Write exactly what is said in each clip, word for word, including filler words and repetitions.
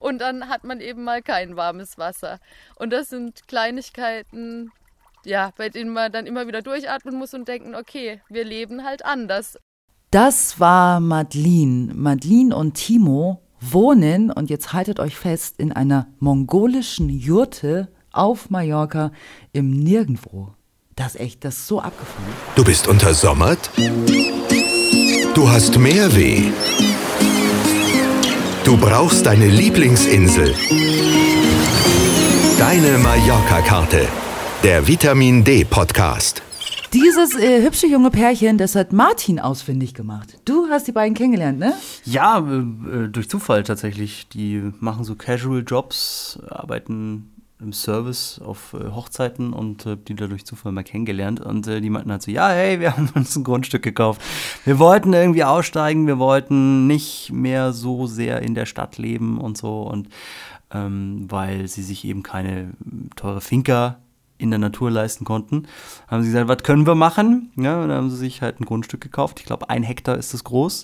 und dann hat man eben mal kein warmes Wasser. Und das sind Kleinigkeiten, ja, bei denen man dann immer wieder durchatmen muss und denken, okay, wir leben halt anders. Das war Madeleine. Madeleine und Timo wohnen, und jetzt haltet euch fest, in einer mongolischen Jurte auf Mallorca im Nirgendwo. Das ist echt, das ist so abgefahren. Du bist untersommert? Du hast Meerweh? Du brauchst deine Lieblingsinsel? Deine Mallorca-Karte. Der Vitamin D Podcast. Dieses äh, hübsche junge Pärchen, das hat Martin ausfindig gemacht. Du hast die beiden kennengelernt, ne? Ja, äh, durch Zufall tatsächlich. Die machen so Casual-Jobs, arbeiten im Service auf äh, Hochzeiten und äh, die da durch Zufall mal kennengelernt. Und äh, die meinten halt so, ja, hey, wir haben uns ein Grundstück gekauft. Wir wollten irgendwie aussteigen, wir wollten nicht mehr so sehr in der Stadt leben und so. Und ähm, weil sie sich eben keine teure Finca in der Natur leisten konnten, haben sie gesagt, was können wir machen? Ja, und dann haben sie sich halt ein Grundstück gekauft. Ich glaube, ein Hektar ist das groß.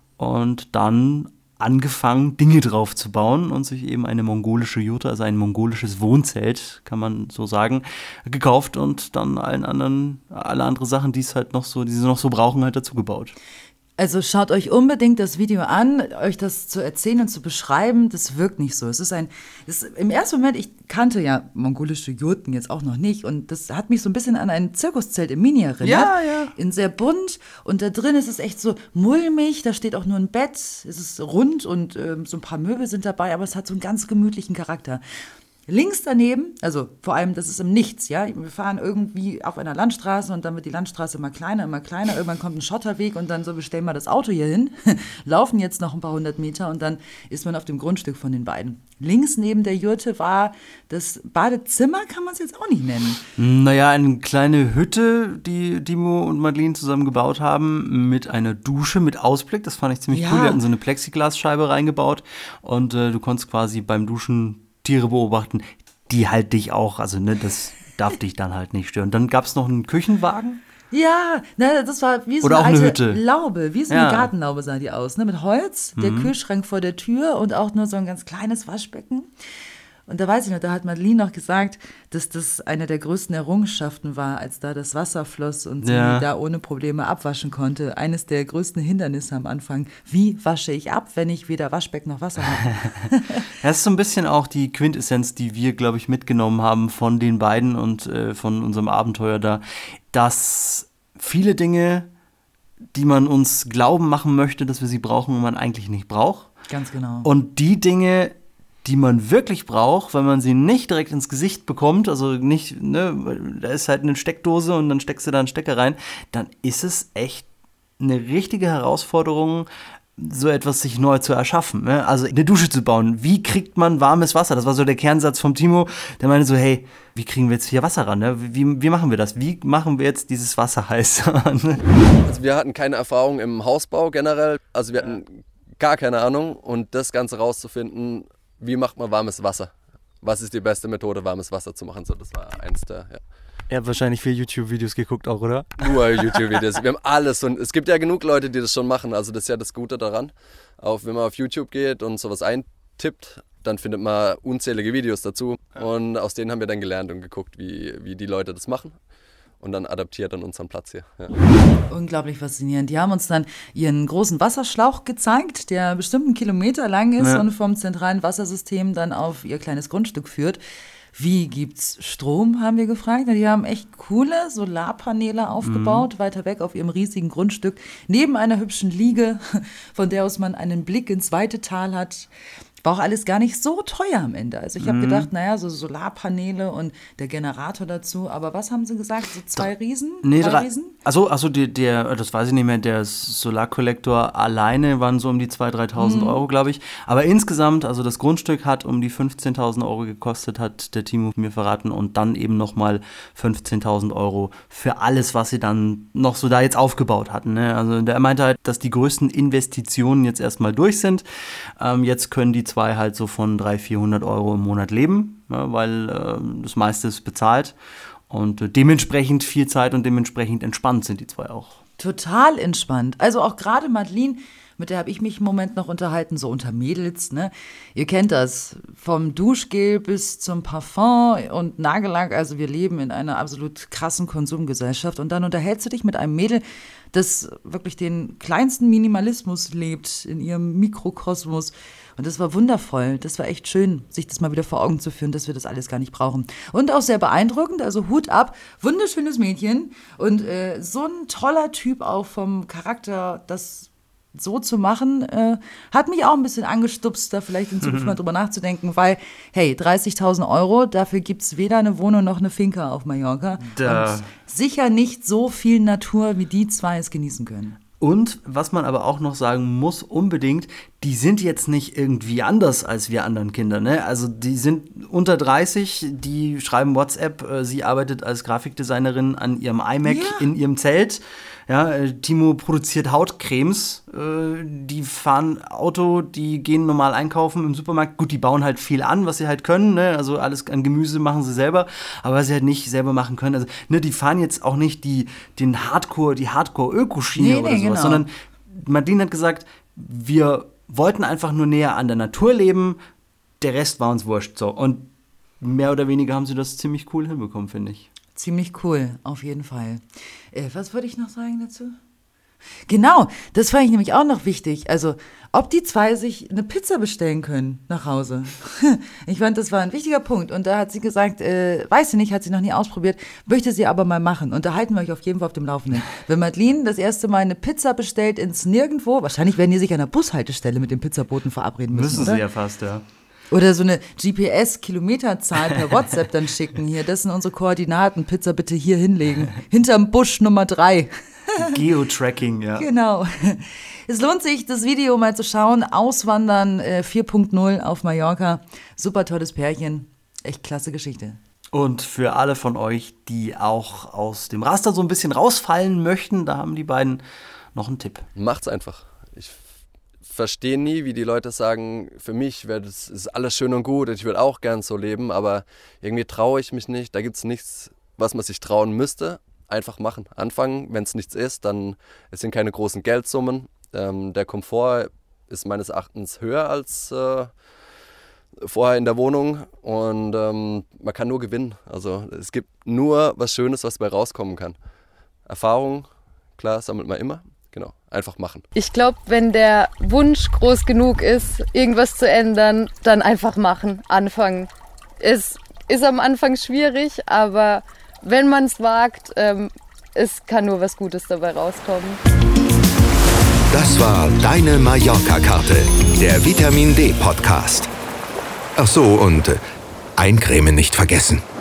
Und dann angefangen, Dinge drauf zu bauen und sich eben eine mongolische Jurte, also ein mongolisches Wohnzelt, kann man so sagen, gekauft und dann allen anderen, alle andere Sachen, die es halt noch so, die sie noch so brauchen, halt dazu gebaut. Also schaut euch unbedingt das Video an, euch das zu erzählen und zu beschreiben, das wirkt nicht so. Es ist ein, es ist, im ersten Moment, ich kannte ja mongolische Jurten jetzt auch noch nicht und das hat mich so ein bisschen an ein Zirkuszelt im Mini erinnert. Ja, ja. In sehr bunt und da drin ist es echt so mulmig, da steht auch nur ein Bett, es ist rund und äh, so ein paar Möbel sind dabei, aber es hat so einen ganz gemütlichen Charakter. Links daneben, also vor allem, das ist im Nichts, ja, wir fahren irgendwie auf einer Landstraße und dann wird die Landstraße immer kleiner, immer kleiner, irgendwann kommt ein Schotterweg und dann so, wir stellen mal das Auto hier hin, laufen jetzt noch ein paar hundert Meter und dann ist man auf dem Grundstück von den beiden. Links neben der Jurte war das Badezimmer, kann man es jetzt auch nicht nennen. Naja, eine kleine Hütte, die Timo und Madeleine zusammen gebaut haben, mit einer Dusche, mit Ausblick, das fand ich ziemlich Ja. cool, die hatten so eine Plexiglasscheibe reingebaut und äh, du konntest quasi beim Duschen Tiere beobachten, die halt dich auch, also ne, das darf dich dann halt nicht stören. Dann gab es noch einen Küchenwagen. Ja, na, das war wie so Oder eine auch eine alte Hütte. Laube, wie so Ja. eine Gartenlaube sah die aus, ne? Mit Holz, der Kühlschrank vor der Tür und auch nur so ein ganz kleines Waschbecken. Und da weiß ich noch, da hat Madeleine noch gesagt, dass das eine der größten Errungenschaften war, als da das Wasser floss und sie Ja. da ohne Probleme abwaschen konnte. Eines der größten Hindernisse am Anfang. Wie wasche ich ab, wenn ich weder Waschbecken noch Wasser habe? Das ist so ein bisschen auch die Quintessenz, die wir, glaube ich, mitgenommen haben von den beiden und äh, von unserem Abenteuer da, dass viele Dinge, die man uns glauben machen möchte, dass wir sie brauchen, man eigentlich nicht braucht. Ganz genau. Und die Dinge, die man wirklich braucht, weil man sie nicht direkt ins Gesicht bekommt, also nicht, ne, da ist halt eine Steckdose und dann steckst du da einen Stecker rein, dann ist es echt eine richtige Herausforderung, so etwas sich neu zu erschaffen, ne? Also eine Dusche zu bauen. Wie kriegt man warmes Wasser? Das war so der Kernsatz vom Timo, der meinte so, hey, wie kriegen wir jetzt hier Wasser ran? Ne? Wie, wie machen wir das? Wie machen wir jetzt dieses Wasser heiß? Also wir hatten keine Erfahrung im Hausbau generell, also wir hatten gar keine Ahnung und das Ganze rauszufinden, wie macht man warmes Wasser? Was ist die beste Methode, warmes Wasser zu machen? So, das war eins der, ja. Ihr habt wahrscheinlich viele YouTube-Videos geguckt auch, oder? Nur YouTube-Videos. Wir haben alles und es gibt ja genug Leute, die das schon machen. Also das ist ja das Gute daran. Auch wenn man auf YouTube geht und sowas eintippt, dann findet man unzählige Videos dazu. Und aus denen haben wir dann gelernt und geguckt, wie, wie die Leute das machen. Und dann adaptiert an unseren Platz hier. Ja. Unglaublich faszinierend. Die haben uns dann ihren großen Wasserschlauch gezeigt, der bestimmt einen Kilometer lang ist Ja. und vom zentralen Wassersystem dann auf ihr kleines Grundstück führt. Wie gibt's Strom, haben wir gefragt. Die haben echt coole Solarpaneele aufgebaut, mhm. weiter weg auf ihrem riesigen Grundstück, neben einer hübschen Liege, von der aus man einen Blick ins weite Tal hat. War auch alles gar nicht so teuer am Ende. Also ich habe Mhm. gedacht, naja, so Solarpaneele und der Generator dazu. Aber was haben sie gesagt? So zwei Riesen? Nee, drei drei, Riesen? also, also der, der, das weiß ich nicht mehr, der Solarkollektor alleine waren so um die zweitausend, dreitausend Mhm. Euro, glaube ich. Aber insgesamt, also das Grundstück hat um die fünfzehntausend Euro gekostet, hat der Timo mir verraten. Und dann eben nochmal fünfzehntausend Euro für alles, was sie dann noch so da jetzt aufgebaut hatten. Ne? Also der meinte halt, dass die größten Investitionen jetzt erstmal durch sind. Ähm, jetzt können die zwei halt so von dreihundert, vierhundert Euro im Monat leben, ne, weil äh, das meiste ist bezahlt und äh, dementsprechend viel Zeit und dementsprechend entspannt sind die zwei auch. Total entspannt. Also auch gerade Madeleine mit der habe ich mich im Moment noch unterhalten, so unter Mädels, ne? Ihr kennt das, vom Duschgel bis zum Parfum und Nagellack, also wir leben in einer absolut krassen Konsumgesellschaft und dann unterhältst du dich mit einem Mädel, das wirklich den kleinsten Minimalismus lebt in ihrem Mikrokosmos. Und das war wundervoll. Das war echt schön, sich das mal wieder vor Augen zu führen, dass wir das alles gar nicht brauchen. Und auch sehr beeindruckend, also Hut ab, wunderschönes Mädchen und äh, so ein toller Typ auch vom Charakter, das so zu machen, äh, hat mich auch ein bisschen angestupst, da vielleicht in Zukunft mhm. mal drüber nachzudenken, weil, hey, dreißigtausend Euro, dafür gibt es weder eine Wohnung noch eine Finca auf Mallorca. Da. Und sicher nicht so viel Natur, wie die zwei es genießen können. Und was man aber auch noch sagen muss, unbedingt, die sind jetzt nicht irgendwie anders als wir anderen Kinder, ne? Also die sind unter dreißig, die schreiben WhatsApp, äh, sie arbeitet als Grafikdesignerin an ihrem iMac ja. in ihrem Zelt. Ja, äh, Timo produziert Hautcremes, äh, die fahren Auto, die gehen normal einkaufen im Supermarkt. Gut, die bauen halt viel an, was sie halt können, ne? Also alles an Gemüse machen sie selber, aber was sie halt nicht selber machen können. Also, ne, die fahren jetzt auch nicht die, den Hardcore, die Hardcore-Ökoschiene nee, oder nee, sowas, genau. sondern Madeleine hat gesagt, wir wollten einfach nur näher an der Natur leben, der Rest war uns wurscht. So. Und mehr oder weniger haben sie das ziemlich cool hinbekommen, finde ich. Ziemlich cool, auf jeden Fall. Äh, was wollte ich noch sagen dazu? Genau, das fand ich nämlich auch noch wichtig. Also, ob die zwei sich eine Pizza bestellen können nach Hause. Ich fand, das war ein wichtiger Punkt. Und da hat sie gesagt, äh, weiß sie nicht, hat sie noch nie ausprobiert, möchte sie aber mal machen. Und da halten wir euch auf jeden Fall auf dem Laufenden. Wenn Madeleine das erste Mal eine Pizza bestellt ins Nirgendwo, wahrscheinlich werden die sich an der Bushaltestelle mit dem Pizzaboten verabreden müssen, Müssen oder? sie ja fast, ja. Oder so eine G P S-Kilometerzahl per WhatsApp dann schicken. Hier, das sind unsere Koordinaten. Pizza bitte hier hinlegen. Hinterm Busch Nummer drei. Geo-Tracking, ja. Genau. Es lohnt sich, das Video mal zu schauen. Auswandern äh, vier Punkt null auf Mallorca. Super tolles Pärchen. Echt klasse Geschichte. Und für alle von euch, die auch aus dem Raster so ein bisschen rausfallen möchten, da haben die beiden noch einen Tipp. Macht's einfach. Ich verstehe nie, wie die Leute sagen, für mich wäre das ist alles schön und gut, ich will auch gern so leben, aber irgendwie traue ich mich nicht. Da gibt es nichts, was man sich trauen müsste. Einfach machen, anfangen. Wenn es nichts ist, dann es sind keine großen Geldsummen. Ähm, der Komfort ist meines Erachtens höher als äh, vorher in der Wohnung und ähm, man kann nur gewinnen. Also es gibt nur was Schönes, was dabei rauskommen kann. Erfahrung, klar, sammelt man immer. Genau, einfach machen. Ich glaube, wenn der Wunsch groß genug ist, irgendwas zu ändern, dann einfach machen, anfangen. Es ist am Anfang schwierig, aber wenn man es wagt, ähm, es kann nur was Gutes dabei rauskommen. Das war Deine Mallorca-Karte, der Vitamin D-Podcast. Ach so, und äh, eincremen nicht vergessen.